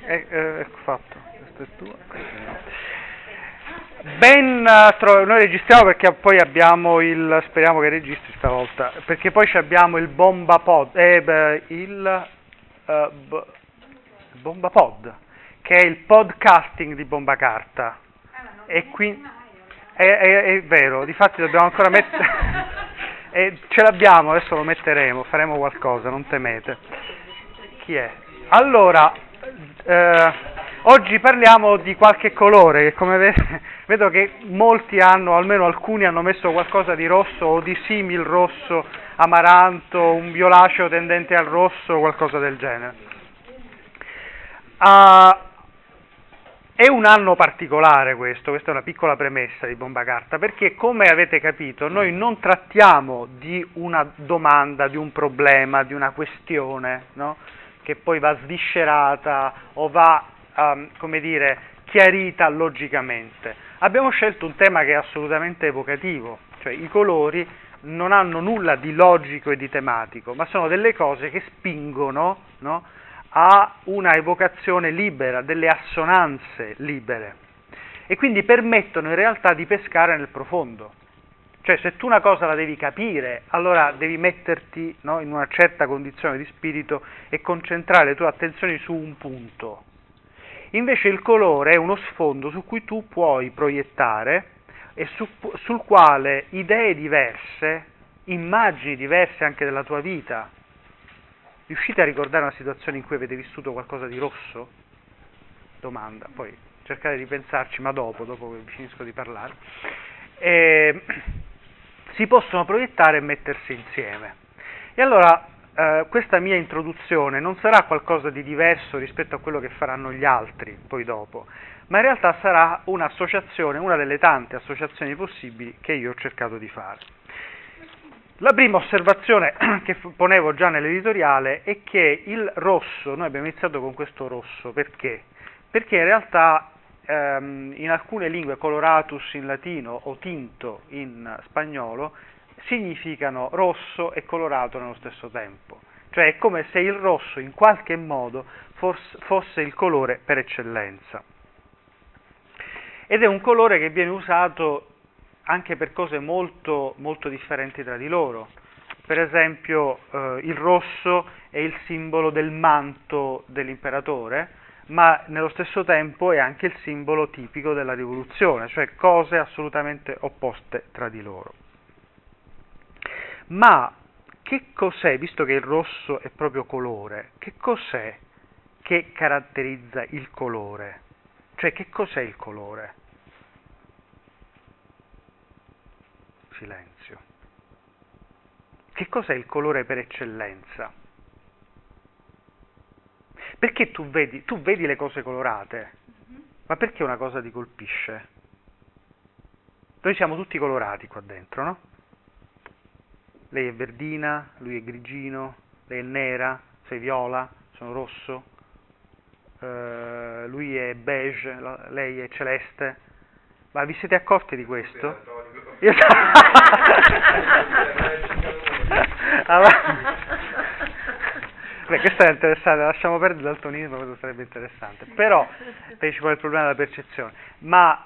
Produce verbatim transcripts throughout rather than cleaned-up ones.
è, è fatto. Questo è tuo. Ben, uh, noi registriamo perché poi abbiamo il, speriamo che registri stavolta, perché poi abbiamo il Bomba Pod, eh, beh, il uh, b, Bomba Pod, che è il podcasting di Bomba Carta. E qui è, è, è vero, difatti dobbiamo ancora mettere, e ce l'abbiamo, adesso lo metteremo, faremo qualcosa, non temete. Chi è? Allora, eh, oggi parliamo di qualche colore, che come vedete, vedo che molti hanno, almeno alcuni hanno messo qualcosa di rosso o di simil rosso, amaranto, un violaceo tendente al rosso, qualcosa del genere. Uh, è un anno particolare questo, questa è una piccola premessa di Bomba Carta, perché come avete capito noi non trattiamo di una domanda, di un problema, di una questione, no? Che poi va sviscerata o va, um, come dire, chiarita logicamente. Abbiamo scelto un tema che è assolutamente evocativo, cioè i colori non hanno nulla di logico e di tematico, ma sono delle cose che spingono, no, a una evocazione libera, delle assonanze libere, e quindi permettono in realtà di pescare nel profondo. Cioè, se tu una cosa la devi capire, allora devi metterti, no, in una certa condizione di spirito e concentrare le tue attenzioni su un punto. Invece il colore è uno sfondo su cui tu puoi proiettare e su, sul quale idee diverse, immagini diverse anche della tua vita. Riuscite a ricordare una situazione in cui avete vissuto qualcosa di rosso? Domanda, poi cercate di pensarci, ma dopo, dopo che finisco di parlare. E si possono proiettare e mettersi insieme. E allora eh, questa mia introduzione non sarà qualcosa di diverso rispetto a quello che faranno gli altri poi dopo, ma in realtà sarà un'associazione, una delle tante associazioni possibili che io ho cercato di fare. La prima osservazione che ponevo già nell'editoriale è che il rosso, noi abbiamo iniziato con questo rosso, perché? Perché in realtà ehm, in alcune lingue coloratus in latino o tinto in spagnolo significano rosso e colorato nello stesso tempo, cioè è come se il rosso in qualche modo fosse, fosse il colore per eccellenza. Ed è un colore che viene usato anche per cose molto, molto differenti tra di loro. Per esempio eh, il rosso è il simbolo del manto dell'imperatore, ma nello stesso tempo è anche il simbolo tipico della rivoluzione, cioè cose assolutamente opposte tra di loro. Ma che cos'è, visto che il rosso è proprio colore, che cos'è che caratterizza il colore? Cioè che cos'è il colore? Silenzio. Che cos'è il colore per eccellenza? Perché tu vedi, tu vedi le cose colorate, ma perché una cosa ti colpisce? Noi siamo tutti colorati qua dentro, no? Lei è verdina, lui è grigino, lei è nera, sei viola, sono rosso, uh, lui è beige, lei è celeste. Ma vi siete accorti di questo? Io... allora... Beh, questo è interessante, lasciamo perdere il daltonismo, questo sarebbe interessante. Però, perché ci pone il problema della percezione. Ma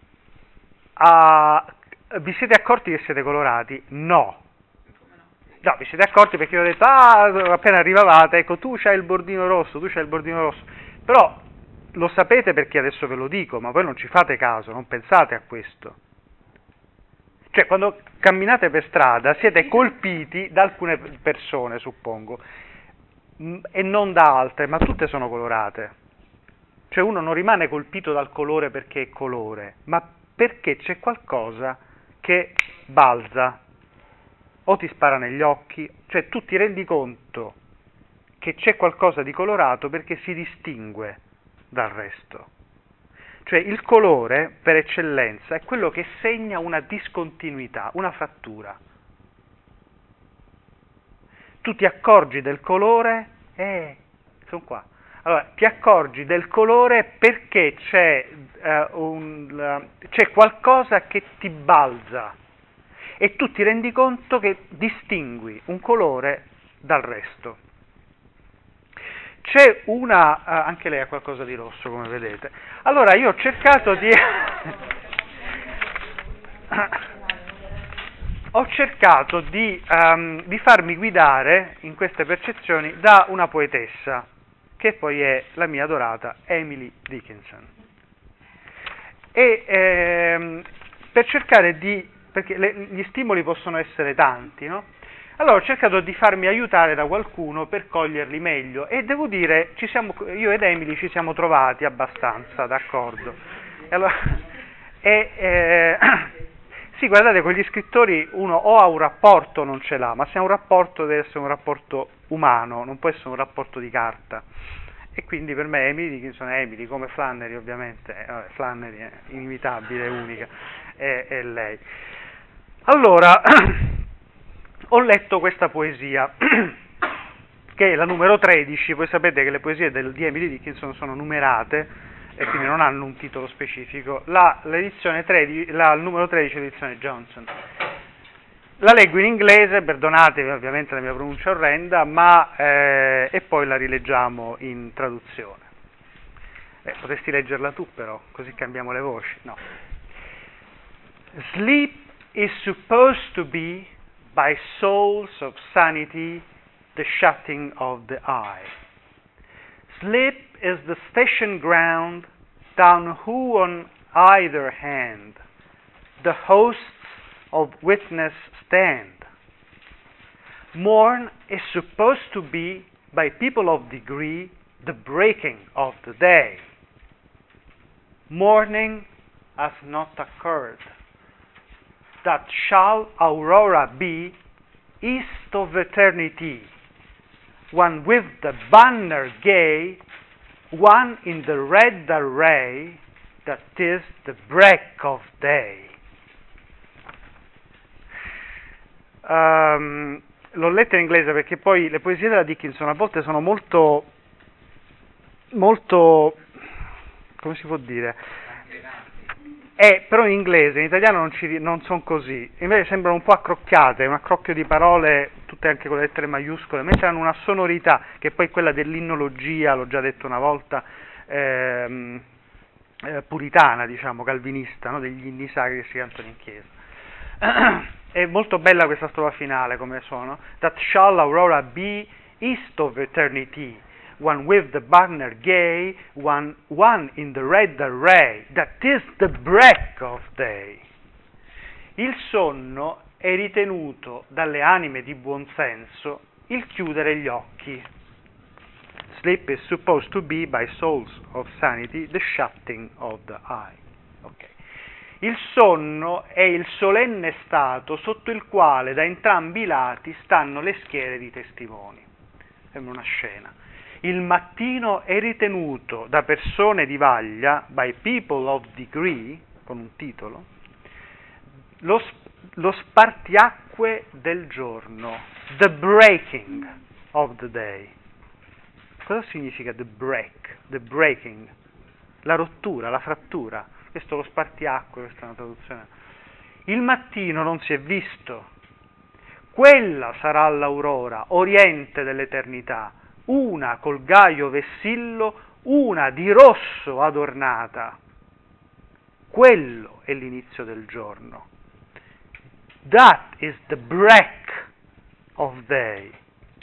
uh, vi siete accorti che siete colorati? No. No, vi siete accorti perché io ho detto, ah, appena arrivavate, ecco, tu c'hai il bordino rosso, tu c'hai il bordino rosso. Però lo sapete perché adesso ve lo dico, ma voi non ci fate caso, non pensate a questo. Cioè, quando camminate per strada siete colpiti da alcune persone, suppongo, e non da altre, ma tutte sono colorate. Cioè uno non rimane colpito dal colore perché è colore, ma perché c'è qualcosa che balza o ti spara negli occhi, cioè tu ti rendi conto che c'è qualcosa di colorato perché si distingue dal resto. Cioè il colore per eccellenza è quello che segna una discontinuità, una frattura. Tu ti accorgi del colore, eh, sono qua. Allora, ti accorgi del colore perché c'è, uh, un, uh, c'è qualcosa che ti balza e tu ti rendi conto che distingui un colore dal resto. c'è una, anche lei ha qualcosa di rosso come vedete, allora io ho cercato di, ho cercato di, um, di farmi guidare in queste percezioni da una poetessa, che poi è la mia adorata Emily Dickinson, e ehm, per cercare di, perché le, gli stimoli possono essere tanti, no? Allora ho cercato di farmi aiutare da qualcuno per coglierli meglio e devo dire, ci siamo, io ed Emily ci siamo trovati abbastanza d'accordo. E allora, e, eh, sì, guardate, con gli scrittori uno o ha un rapporto o non ce l'ha, ma se ha un rapporto deve essere un rapporto umano, non può essere un rapporto di carta. E quindi per me Emily Dickinson è Emily, come Flannery ovviamente, eh, vabbè, Flannery è inimitabile, è unica, è, è lei. Allora, ho letto questa poesia, che è la numero tredici, voi sapete che le poesie del, di Emily Dickinson sono numerate, e quindi non hanno un titolo specifico, la, l'edizione tredici, la, il numero tredici è l'edizione Johnson. La leggo in inglese, perdonatemi ovviamente la mia pronuncia orrenda, ma eh, e poi la rileggiamo in traduzione. Eh, potresti leggerla tu però, così cambiamo le voci. No. Sleep is supposed to be, by souls of sanity, the shutting of the eye. Sleep is the station ground, down who on either hand the hosts of witness stand. Morn is supposed to be, by people of degree, the breaking of the day. Morning has not occurred. That shall aurora be, east of eternity, one with the banner gay, one in the red array, that is the break of day. Um, l'ho letta in inglese perché poi le poesie della Dickinson a volte sono molto, molto, come si può dire? Eh, però in inglese, in italiano non, ci, non sono così, invece sembrano un po' accrocchiate, un accrocchio di parole, tutte anche con le lettere maiuscole, mentre hanno una sonorità, che poi è quella dell'innologia, l'ho già detto una volta, ehm, eh, puritana, diciamo, calvinista, no? Degli inni sacri che si cantano in chiesa. È molto bella questa strofa finale come suono. That shall aurora be, east of eternity, one with the banner gay, one, one in the red array, that is the break of day. Il sonno è ritenuto dalle anime di buon senso il chiudere gli occhi. Sleep is supposed to be, by souls of sanity, the shutting of the eye. Okay. Il sonno è il solenne stato sotto il quale da entrambi i lati stanno le schiere di testimoni. Sembra una scena. Il mattino è ritenuto da persone di vaglia, by people of degree, con un titolo, lo, lo spartiacque del giorno, the breaking of the day. Cosa significa the break? The breaking? La rottura, la frattura. Questo è lo spartiacque, questa è una traduzione. Il mattino non si è visto. Quella sarà l'aurora, oriente dell'eternità, una col gaio vessillo, una di rosso adornata. Quello è l'inizio del giorno. That is the break of day.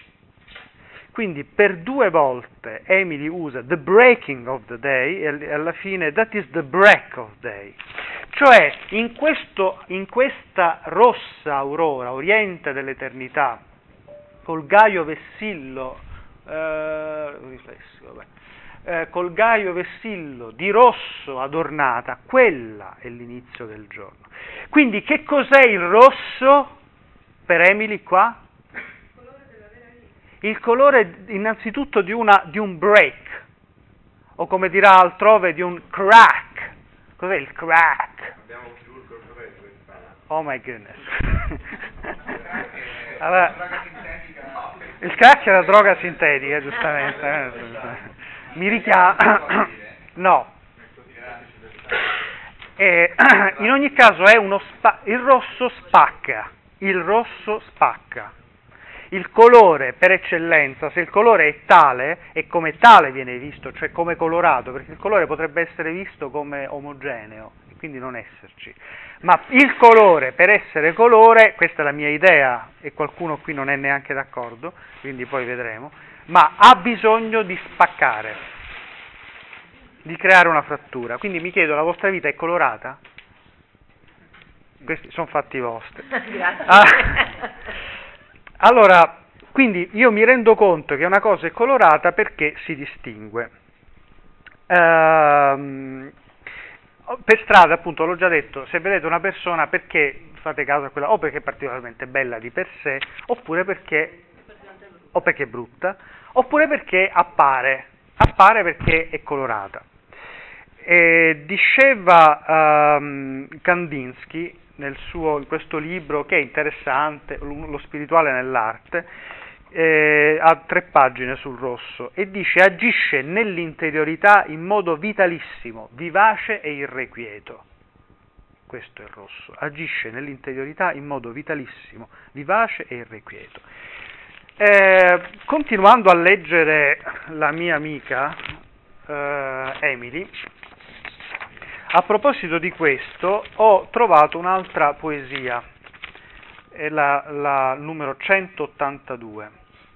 Quindi per due volte Emily usa the breaking of the day e alla fine that is the break of day. Cioè in, questo, in questa rossa aurora, oriente dell'eternità, col gaio vessillo, eh, riflessi, vabbè, eh, col gaio vessillo di rosso adornata, quella è l'inizio del giorno. Quindi che cos'è il rosso per Emily qua? Il colore innanzitutto di, una, di un break, o come dirà altrove di un crack. Cos'è il crack? Abbiamo più il corporetto in Spagna. Oh my goodness. Allora, il crack è la droga sintetica, giustamente. Mi richiama. No. E, in ogni caso è uno spa... il rosso spacca. Il rosso spacca. Il colore per eccellenza, se il colore è tale, e come tale viene visto, cioè come colorato, perché il colore potrebbe essere visto come omogeneo, e quindi non esserci. Ma il colore, per essere colore, questa è la mia idea, e qualcuno qui non è neanche d'accordo, quindi poi vedremo, ma ha bisogno di spaccare, di creare una frattura. Quindi mi chiedo, la vostra vita è colorata? Questi sono fatti vostri. Grazie. Ah, allora, quindi io mi rendo conto che una cosa è colorata perché si distingue. Ehm, per strada, appunto, l'ho già detto, se vedete una persona, perché fate caso a quella, o perché è particolarmente bella di per sé, oppure perché, o perché è brutta, oppure perché appare, appare perché è colorata. E diceva um, Kandinsky nel suo, in questo libro che è interessante, Lo spirituale nell'arte, eh, ha tre pagine sul rosso e dice: agisce nell'interiorità in modo vitalissimo, vivace e irrequieto. Questo è il rosso, agisce nell'interiorità in modo vitalissimo, vivace e irrequieto. Eh, continuando a leggere la mia amica eh, Emily, a proposito di questo, ho trovato un'altra poesia, è la, la numero centottantadue.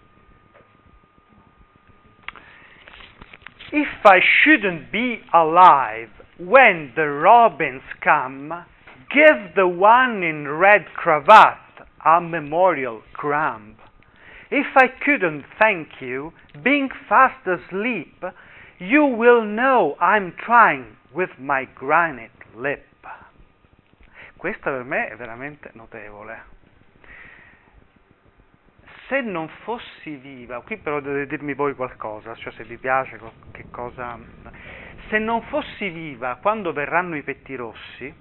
If I shouldn't be alive when the robins come, give the one in red cravat a memorial crumb. If I couldn't thank you, being fast asleep, you will know I'm trying with my granite lip. Questa per me è veramente notevole. Se non fossi viva, qui però dovete dirmi voi qualcosa, cioè se vi piace, che cosa... Se non fossi viva quando verranno i pettirossi,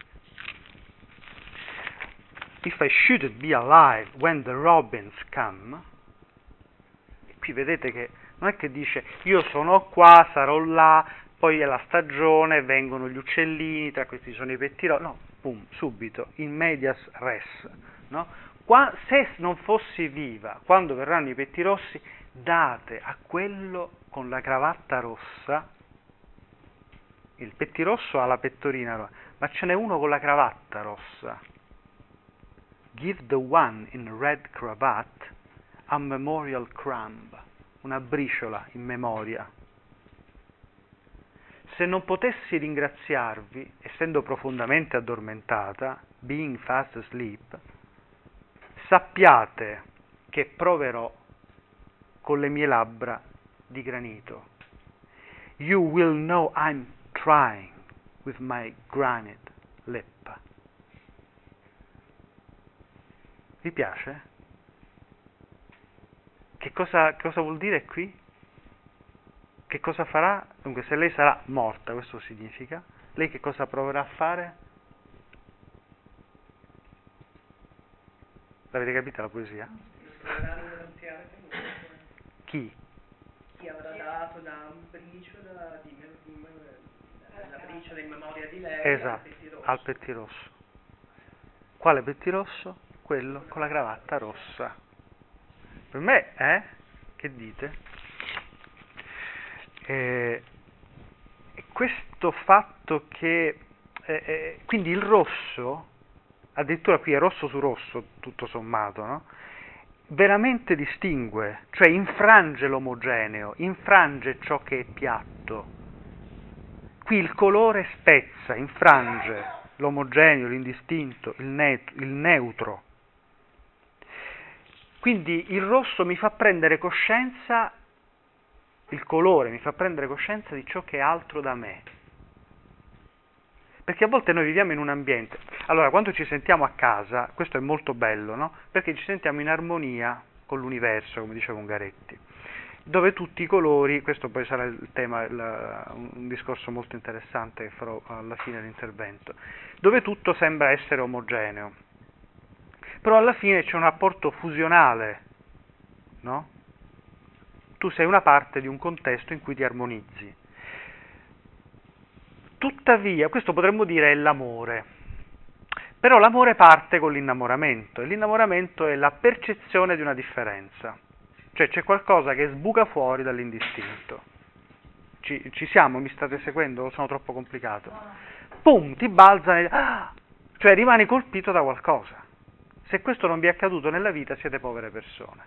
if I shouldn't be alive when the robins come, e qui vedete che non è che dice io sono qua, sarò là, poi è la stagione, vengono gli uccellini, tra questi sono i pettirossi, no, pum, subito, in medias res, no? Qua, se non fossi viva quando verranno i pettirossi, date a quello con la cravatta rossa, il pettirosso ha la pettorina rossa, ma ce n'è uno con la cravatta rossa. Give the one in red cravat a memorial crumb, una briciola in memoria. Se non potessi ringraziarvi, essendo profondamente addormentata, being fast asleep, sappiate che proverò con le mie labbra di granito. You will know I'm trying with my granite lip. Vi piace? Che cosa, cosa vuol dire qui? Che cosa farà? Dunque, se lei sarà morta, questo significa, lei che cosa proverà a fare? L'avete capita la poesia? Chi? Chi avrà dato da un briciola di la briciola in memoria di lei esatto, al pettirosso. al pettirosso. Quale pettirosso? Quello con la cravatta rossa. Per me, eh? Che dite? E questo fatto che eh, eh, quindi il rosso, addirittura qui è rosso su rosso tutto sommato, no? Veramente distingue, cioè infrange l'omogeneo, infrange ciò che è piatto. Qui il colore spezza, infrange l'omogeneo, l'indistinto, il, net, il neutro. Quindi il rosso mi fa prendere coscienza, il colore mi fa prendere coscienza di ciò che è altro da me. Perché a volte noi viviamo in un ambiente, allora quando ci sentiamo a casa, questo è molto bello, no? Perché ci sentiamo in armonia con l'universo, come diceva Ungaretti, dove tutti i colori, questo poi sarà il tema, il, un discorso molto interessante che farò alla fine dell'intervento, dove tutto sembra essere omogeneo, però alla fine c'è un rapporto fusionale, no? Tu sei una parte di un contesto in cui ti armonizzi. Tuttavia, questo potremmo dire è l'amore, Però l'amore parte con l'innamoramento, e l'innamoramento è la percezione di una differenza, cioè c'è qualcosa che sbuca fuori dall'indistinto. Ci, ci siamo? Mi state seguendo? O sono troppo complicato? Pum, ti balza, nel... ah! Cioè rimani colpito da qualcosa. Se questo non vi è accaduto nella vita siete povere persone.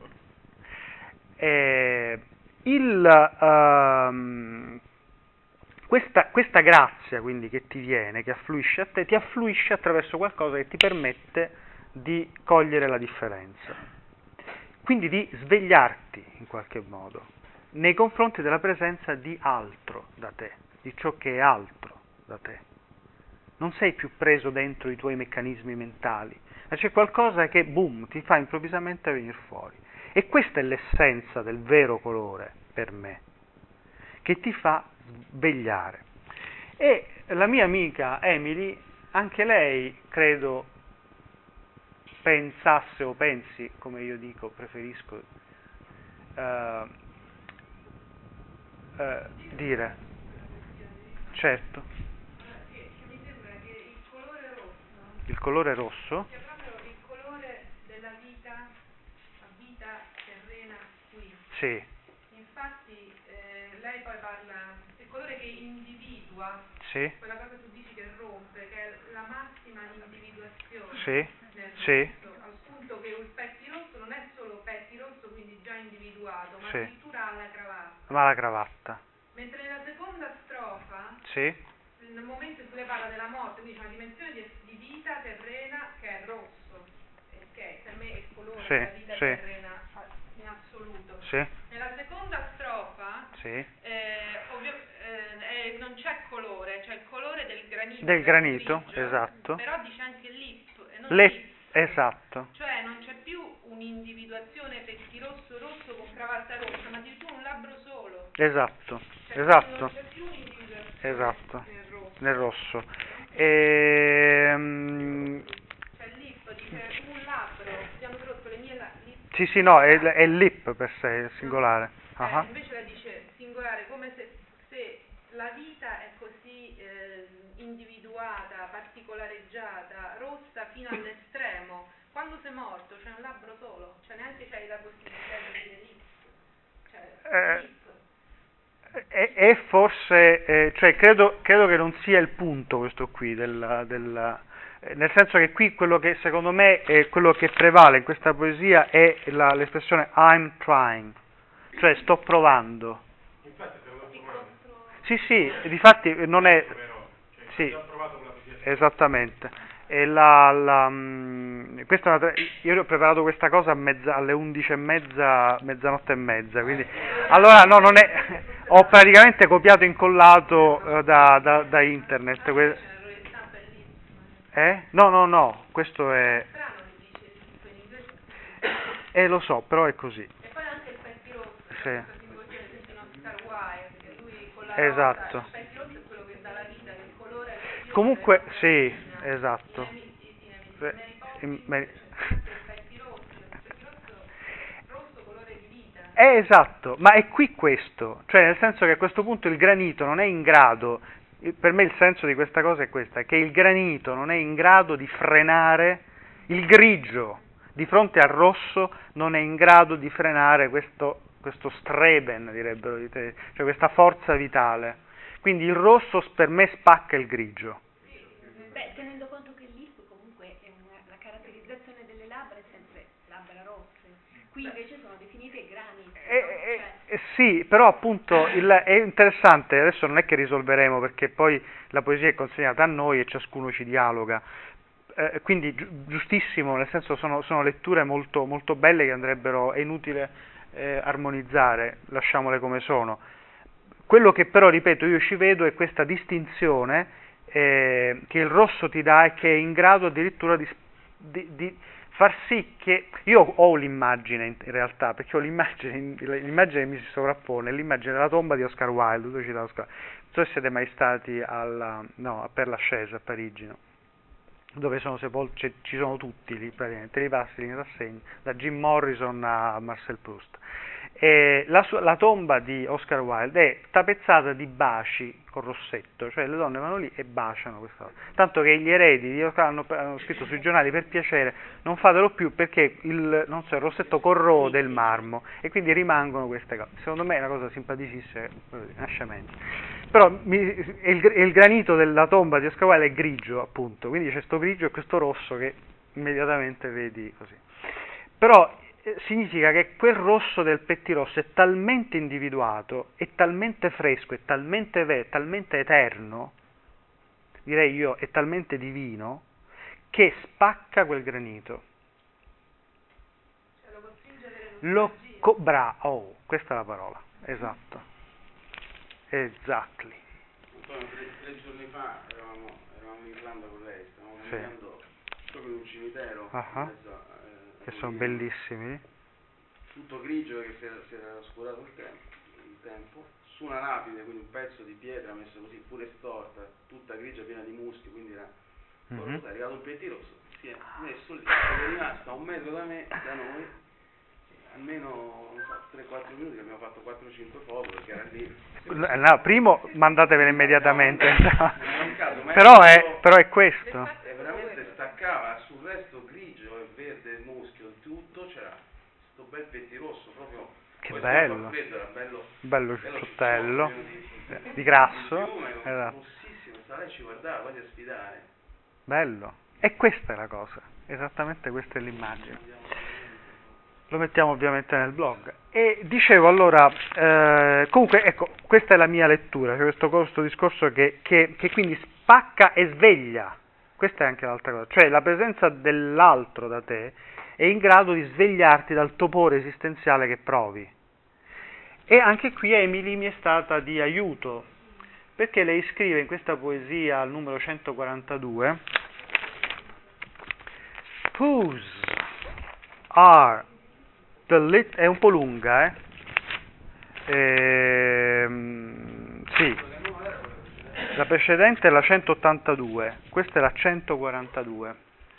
Eh, il... Um, Questa, questa grazia, quindi, che ti viene, che affluisce a te, ti affluisce attraverso qualcosa che ti permette di cogliere la differenza. Quindi di svegliarti, in qualche modo, nei confronti della presenza di altro da te, di ciò che è altro da te. Non sei più preso dentro i tuoi meccanismi mentali, ma c'è qualcosa che, boom, ti fa improvvisamente venire fuori. E questa è l'essenza del vero colore, per me, che ti fa svegliare. E la mia amica Emily, anche lei credo pensasse o pensi, come io dico, preferisco uh, uh, dire, certo, Mi sembra che il colore rosso il colore rosso, sia proprio il colore della vita, la vita terrena qui. sì, Infatti eh, lei poi parla, il colore che individua, sì, quella cosa che tu dici che rompe, che è la massima individuazione sì, nel sì, rosso, al punto che il petti rosso non è solo petti rosso, quindi già individuato, ma sì. addirittura ha la cravatta. ma la cravatta, Mentre nella seconda strofa, sì, nel momento in cui lei parla della morte, quindi c'è una dimensione di, di vita terrena che è rosso, eh, che per me è il colore Sì, della vita sì. terrena a- in assoluto. sì, Nella seconda strofa sì, eh, ovvio- eh, eh, non c'è colore, c'è il colore del granito. del che è granito, grigio, esatto, però dice anche lip, e non le, lips. esatto, Cioè non c'è più un'individuazione petti rosso rosso con cravatta rossa, ma addirittura un labbro solo. esatto, Cioè, esatto, non c'è più un'individuazione esatto, nel rosso. nel rosso. Ehm, C'è il lip, dice un labbro, ti hanno tradotto le mie la- lip. sì, sì, no, è, è il lip per sé, è singolare. No. Ah, Eh, invece la dice singolare, come se, se la vita è così eh, individuata, particolareggiata, rossa fino all'estremo. Quando sei morto c'è un labbro solo, cioè neanche c'hai la possibilità di dire lip. Cioè, Eh, lip. E, e forse, eh, cioè credo, credo che non sia il punto questo qui, del, del, eh, nel senso che qui quello che secondo me è quello che prevale in questa poesia è la- l'espressione I'm trying, cioè sto provando. Infatti te l'ho provato. Sì, sì, difatti non è... Però, cioè, Sì, già provato con la poesia. esattamente. E la, la, mh, questa è una tra- io ho preparato questa cosa a mezza, alle undici e mezza, mezzanotte e mezza, quindi allora no, non è, ho praticamente copiato e incollato eh, da, da, da internet. Ah, que- c'è l'errore di stampa e lip. eh? No, no, no, questo è... Strano che dice lip in inglese. Eh, lo so, però è così. E poi anche il petti rosso, Sì. questa simbologia ad esempio in Oscar Wilde, che lui con la Esatto. rosa, il petti rosso è quello che dà la vita, che il colore è l'azione, Comunque, è sì, una- esatto. in Amy- in Amy- Beh, in Mary Poppins in Mary- c'è anche il petti rosso, cioè il petti rosso, rosso colore di vita. Eh, esatto, ma è qui questo, cioè nel senso che a questo punto il granito non è in grado, il- per me il senso di questa cosa è questa, che il granito non è in grado di frenare il grigio, di fronte al rosso non è in grado di frenare questo, questo streben, direbbero i tedeschi, cioè questa forza vitale. Quindi il rosso per me spacca il grigio. Beh, tenendo conto che l'I P comunque è una, la caratterizzazione delle labbra è sempre labbra rosse, qui invece sono definite granite. Eh, no? eh, Cioè, eh, sì, però appunto il- è interessante, adesso non è che risolveremo perché poi la poesia è consegnata a noi e ciascuno ci dialoga, eh, quindi giu- giustissimo, nel senso sono, sono letture molto, molto belle che andrebbero, è inutile eh, armonizzare, lasciamole come sono. Quello che però, ripeto, io ci vedo è questa distinzione eh, che il rosso ti dà e che è in grado addirittura di, di, di far sì che... Io ho l'immagine in, in realtà, perché ho l'immagine, l'immagine che mi si sovrappone, è l'immagine della tomba di Oscar Wilde, dove cita Oscar. Non so se siete mai stati alla, no, a Père Lachaise a Parigi, no? dove sono sepolti, ci sono tutti lì, praticamente, li passi, li rassegni, da Jim Morrison a Marcel Proust. E la, sua, la tomba di Oscar Wilde è tapezzata di baci con rossetto, cioè le donne vanno lì e baciano questa cosa. Tanto che gli eredi di Oscar hanno, hanno scritto sui giornali: per piacere non fatelo più perché il, non so, il rossetto corrode il marmo, e quindi rimangono queste cose. Secondo me è una cosa simpaticissima, una scemenza. Però mi, il, il granito della tomba di Oscar Wilde è grigio, appunto, quindi c'è questo grigio e questo rosso che immediatamente vedi così. Però significa che quel rosso del pettirosso è talmente individuato, è talmente fresco, è talmente vero, è talmente eterno, direi io, è talmente divino, che spacca quel granito. Cioè, lo costringe a avere Lo co- bra- oh, questa è la parola, esatto. Exactly. Antonio, tre, tre giorni fa eravamo, eravamo in Irlanda con lei, stavamo Sì. camminando proprio in un cimitero, Ah, in mezzo a, eh, che sono a- bellissimi. tutto grigio perché si era, si era oscurato il tempo, il tempo, su una lapide, quindi un pezzo di pietra messo così, pure storta, tutta grigia, piena di muschi, quindi era... Mhm. È arrivato un pettirosso, si è messo lì, è rimasto a un metro da me, da noi, almeno non so, tre quattro minuti, che abbiamo fatto quattro cinque foto perché era lì. No, primo mandatevene immediatamente. Non caso, ma però, è è, tutto- però è questo. e veramente staccava sul resto grigio e verde muschio tutto, c'era sto bel pettirosso proprio. Che poi bello. stava freddo, era bello, Bello bello ciottello, ciccioso, pieno eh, di grasso, di fiume, esatto. rossissimo, stava lei ci guardava quasi a sfidare. Bello. E questa è la cosa, esattamente questa è l'immagine. Lo mettiamo ovviamente nel blog. E dicevo allora, eh, comunque ecco, questa è la mia lettura, cioè questo, questo discorso che, che, che quindi spacca e sveglia. Questa è anche l'altra cosa, cioè la presenza dell'altro da te è in grado di svegliarti dal topore esistenziale che provi. E anche qui Emily mi è stata di aiuto, perché lei scrive in questa poesia al numero centoquarantadue: Whose are the lit... è un po' lunga, eh? Ehm, sì, la precedente è la centottantadue, questa è la centoquarantadue.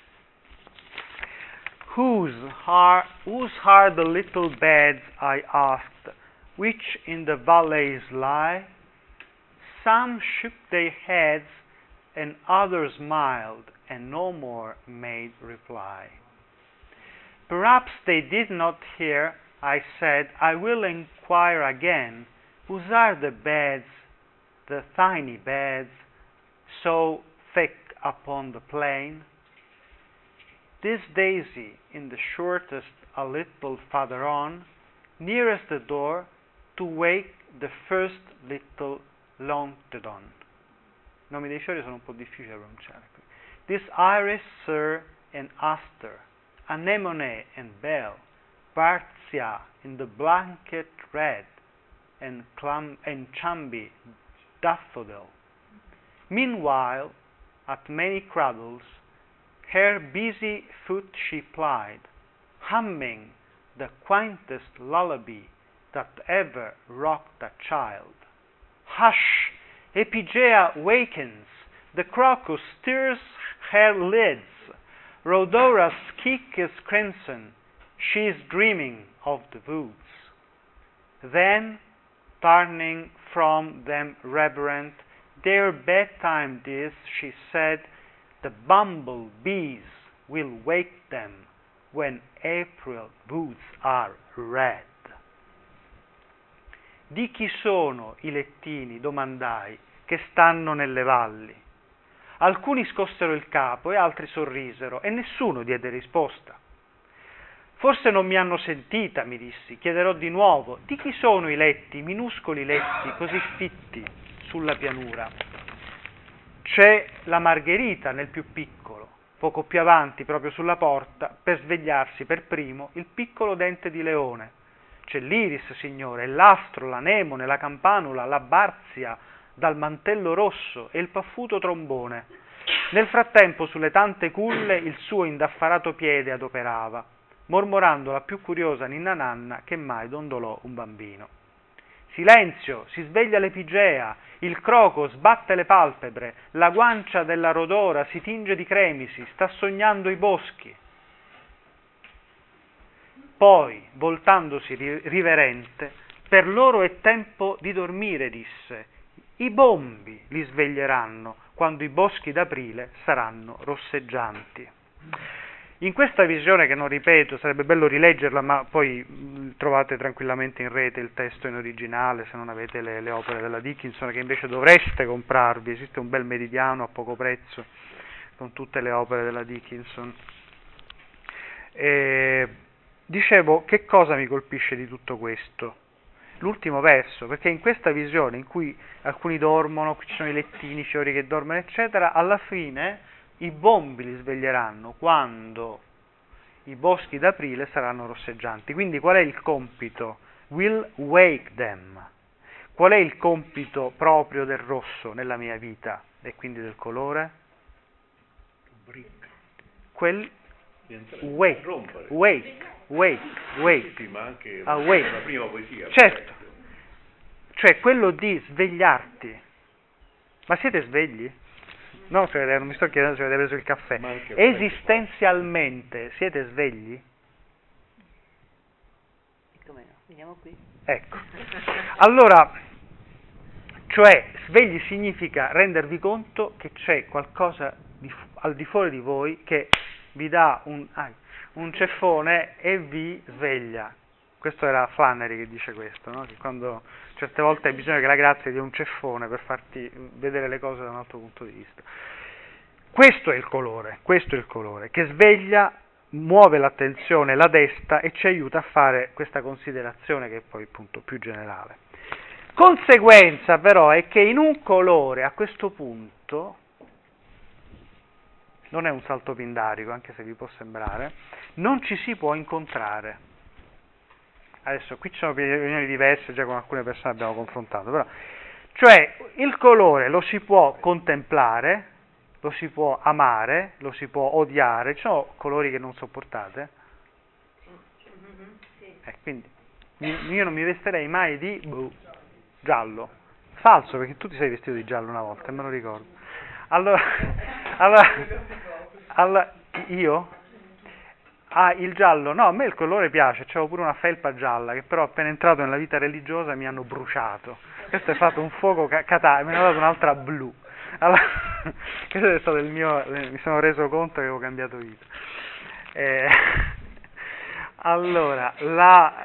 Whose are, whose are the little beds, I asked, which in the valleys lie? Some shook their heads, and others smiled, and no more made reply. Perhaps they did not hear, I said, I will inquire again, whose are the beds, the tiny beds, so thick upon the plain? This daisy in the shortest a little farther on, nearest the door, to wake the first little Lontedon. I nomi dei fiori sono un po' difficili da pronunciare qui. This iris, sir, and aster, anemone and bell, Bartzia in the blanket red, and, clam- and chambi daffodil. Meanwhile, at many cradles, her busy foot she plied, humming the quaintest lullaby that ever rocked a child. Hush! Epigea wakens, the crocus stirs her lids, Rhodora's cheek is crimson, she is dreaming of the woods. Then, turning from them reverent, their bedtime this, she said, the bumble bees will wake them when April woods are red. Di chi sono i lettini, domandai, che stanno nelle valli? Alcuni scossero il capo e altri sorrisero, e nessuno diede risposta. Forse non mi hanno sentita, mi dissi, chiederò di nuovo, di chi sono i letti, i minuscoli letti, così fitti, sulla pianura? C'è la margherita nel più piccolo, poco più avanti, proprio sulla porta, per svegliarsi per primo, il piccolo dente di leone. C'è l'iris, signore, l'astro, l'anemone, la campanula, la barzia dal mantello rosso e il paffuto trombone. Nel frattempo, sulle tante culle, il suo indaffarato piede adoperava, mormorando la più curiosa ninna nanna che mai dondolò un bambino. Silenzio, si sveglia l'epigea, il croco sbatte le palpebre, la guancia della rodora si tinge di cremisi, sta sognando i boschi. Poi, voltandosi riverente, per loro è tempo di dormire, disse. I bombi li sveglieranno quando i boschi d'aprile saranno rosseggianti. In questa visione, che non ripeto, sarebbe bello rileggerla, ma poi mh, trovate tranquillamente in rete il testo in originale, se non avete le, le opere della Dickinson, che invece dovreste comprarvi. Esiste un bel meridiano a poco prezzo con tutte le opere della Dickinson. E, dicevo, che cosa mi colpisce di tutto questo? L'ultimo verso, perché in questa visione in cui alcuni dormono, qui ci sono i lettini, i fiori che dormono, eccetera, alla fine i bombi li sveglieranno quando i boschi d'aprile saranno rosseggianti. Quindi qual è il compito? Will wake them. Qual è il compito proprio del rosso nella mia vita e quindi del colore? Quel wake, wake, wake, wake, ma anche awake. la prima poesia. Certo, cioè quello di svegliarti. Ma siete svegli? No, cioè, non mi sto chiedendo se avete preso il caffè. Esistenzialmente siete svegli? Come no? Veniamo qui. Ecco. Allora, cioè, svegli significa rendervi conto che c'è qualcosa di, al di fuori di voi che vi dà un, ah, un ceffone e vi sveglia. Questo era Flannery che dice questo, no? Che quando certe volte hai bisogno che la grazia dia un ceffone per farti vedere le cose da un altro punto di vista. Questo è il colore, questo è il colore, che sveglia, muove l'attenzione, la desta e ci aiuta a fare questa considerazione che è poi appunto più generale. Conseguenza però è che in un colore a questo punto, non è un salto pindarico, anche se vi può sembrare, non ci si può incontrare. Adesso qui ci sono opinioni diverse, già con alcune persone abbiamo confrontato, però, cioè il colore lo si può contemplare, lo si può amare, lo si può odiare. Ci sono colori che non sopportate? Eh, quindi io non mi vesterei mai di boh, giallo. Falso, perché tu ti sei vestito di giallo una volta, me lo ricordo. Allora, allora, allora io? Ah, il giallo? No, a me il colore piace, c'avevo pure una felpa gialla, che però appena entrato nella vita religiosa mi hanno bruciato. Questo è fatto un fuoco catarico, mi hanno dato un'altra blu. Allora, questo è stato il mio, mi sono reso conto che avevo cambiato vita. Eh, allora, la...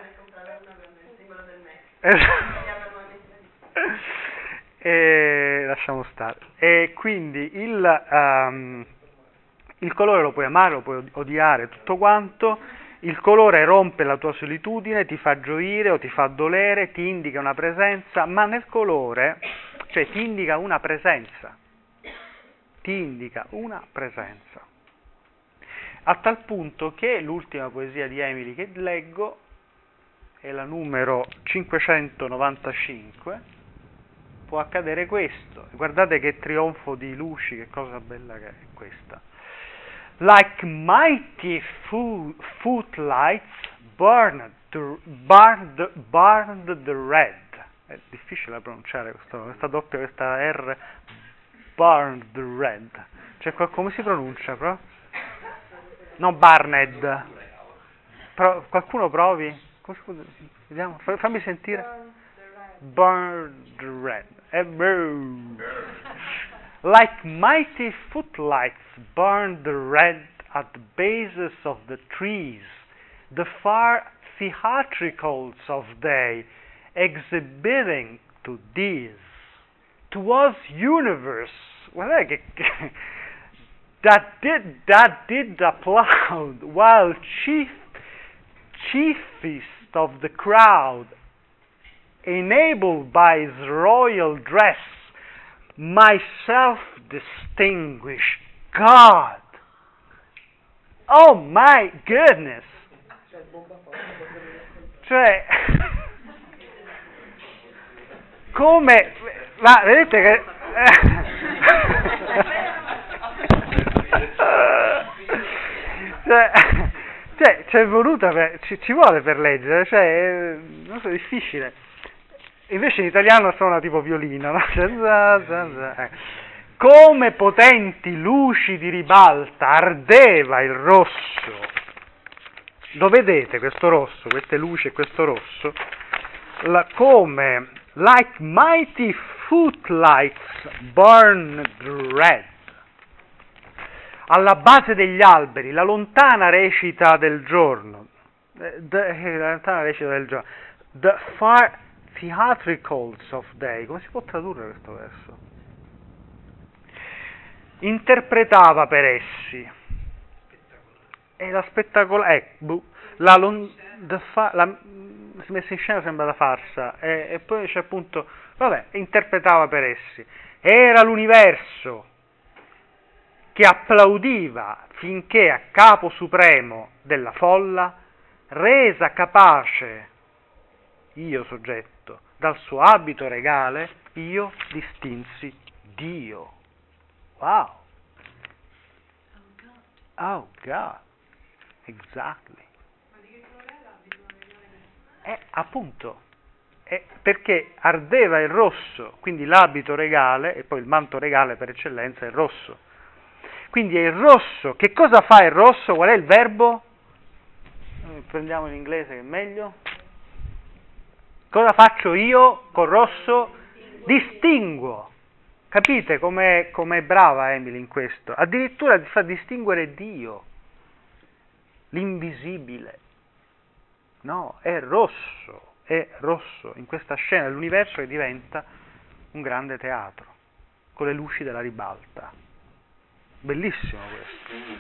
e lasciamo stare. E quindi il... Um, il colore lo puoi amare, lo puoi odiare, tutto quanto. Il colore rompe la tua solitudine, ti fa gioire o ti fa dolere, ti indica una presenza, ma nel colore, cioè ti indica una presenza, ti indica una presenza. A tal punto che l'ultima poesia di Emily che leggo è la numero cinquecentonovantacinque, può accadere questo. Guardate che trionfo di luci, che cosa bella che è questa. Like mighty fo- footlights burned the, burned, burned the red. È difficile da pronunciare questo, questa doppia, questa R. Burned the red. Cioè, come si pronuncia? Pro? No, burned. Pro, qualcuno provi? Come si, vediamo, fammi sentire. Burned red. È like mighty footlights burned the red at the bases of the trees, the far theatricals of day, exhibiting to these, to us universe, guardate che, che that did that did applaud, while chief chiefest of the crowd, enabled by his royal dress, myself distinguished God. Oh my goodness! Cioè, come, ma vedete che cioè, cioè c'è voluta per, ci, ci vuole per leggere, cioè, non so, è difficile. Invece in italiano suona tipo violino, no? Come potenti luci di ribalta ardeva il rosso. Lo vedete questo rosso, queste luci e questo rosso? La, come like mighty footlights burned red. Alla base degli alberi, la lontana recita del giorno. The, la lontana recita del giorno. The far theatricals of day. Come si può tradurre questo verso? Interpretava per essi. E la spettacolare, eh, boh, la, the fa, la messa in scena sembra la farsa, e, e poi c'è appunto, vabbè, interpretava per essi. Era l'universo che applaudiva finché a capo supremo della folla, resa capace, io soggetto, dal suo abito regale, io distinsi Dio. Wow! Oh God! Exactly. Ma di che colore è l'abito regale? Eh, appunto, eh, perché ardeva il rosso, quindi l'abito regale, e poi il manto regale per eccellenza è il rosso. Quindi è il rosso. Che cosa fa il rosso? Qual è il verbo? Eh, prendiamo in inglese che è meglio. Cosa faccio io col rosso? Distinguo. Capite com'è, com'è brava Emily in questo? Addirittura ti fa distinguere Dio, l'invisibile. No, è rosso, è rosso. In questa scena l'universo che diventa un grande teatro, con le luci della ribalta. Bellissimo questo.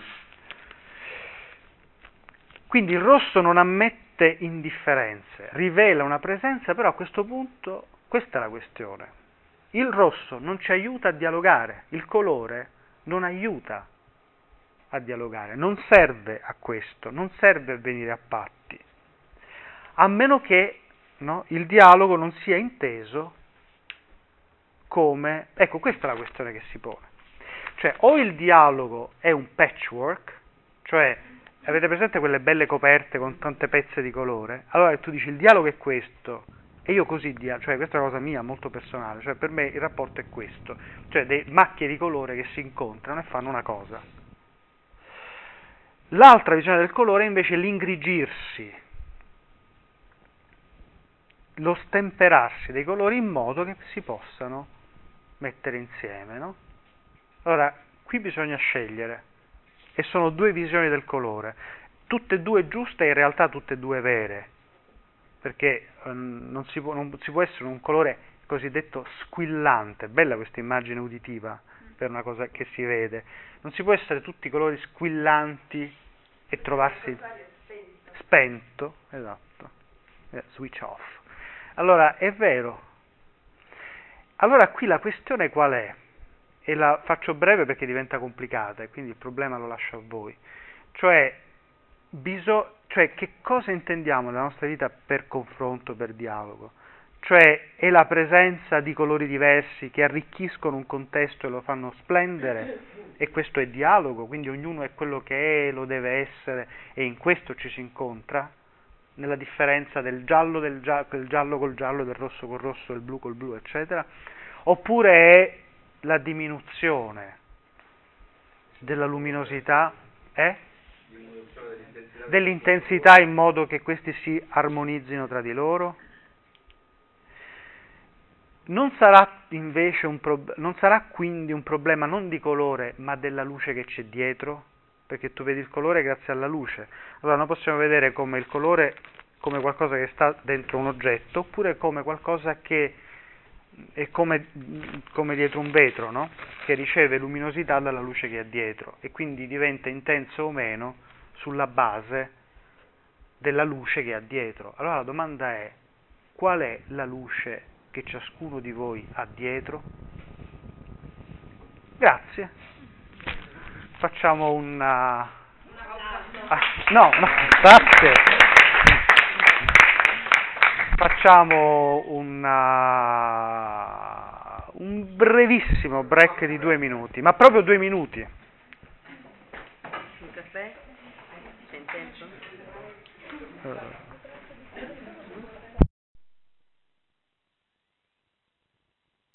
Quindi il rosso non ammette indifferenze, rivela una presenza, però a questo punto, questa è la questione. Il rosso non ci aiuta a dialogare, il colore non aiuta a dialogare, non serve a questo, non serve a venire a patti, a meno che no, il dialogo non sia inteso come... Ecco, questa è la questione che si pone. Cioè, o il dialogo è un patchwork, cioè, avete presente quelle belle coperte con tante pezze di colore? Allora tu dici, il dialogo è questo, e io così, dia- cioè questa è una cosa mia, molto personale, cioè per me il rapporto è questo, cioè dei macchie di colore che si incontrano e fanno una cosa. L'altra visione del colore è invece l'ingrigirsi, lo stemperarsi dei colori in modo che si possano mettere insieme, no? Allora, qui bisogna scegliere, e sono due visioni del colore, tutte e due giuste e in realtà tutte e due vere, perché um, non, si può, non si può essere un colore cosiddetto squillante, bella questa immagine uditiva per una cosa che si vede, non si può essere tutti i colori squillanti e trovarsi spento, esatto, yeah, switch off. Allora, è vero. Allora qui la questione qual è? E la faccio breve perché diventa complicata e quindi il problema lo lascio a voi. Cioè, biso- cioè che cosa intendiamo nella nostra vita per confronto, per dialogo? Cioè è la presenza di colori diversi che arricchiscono un contesto e lo fanno splendere, e questo è dialogo, quindi ognuno è quello che è, lo deve essere, e in questo ci si incontra, nella differenza del giallo, del gia- del giallo col giallo, del rosso col rosso, del blu col blu, eccetera, oppure è la diminuzione della luminosità, eh? dell'intensità in modo che questi si armonizzino tra di loro. Non sarà invece un pro- non sarà quindi un problema non di colore ma della luce che c'è dietro, perché tu vedi il colore grazie alla luce. Allora noi possiamo vedere come il colore come qualcosa che sta dentro un oggetto, oppure come qualcosa che è come, come dietro un vetro, no? Che riceve luminosità dalla luce che ha dietro e quindi diventa intenso o meno sulla base della luce che ha dietro. Allora la domanda è: qual è la luce che ciascuno di voi ha dietro? Grazie. Facciamo una... Ah, no, no, grazie. Facciamo una... un brevissimo break di due minuti, ma proprio due minuti. Un caffè? C'è in tempo? Uh.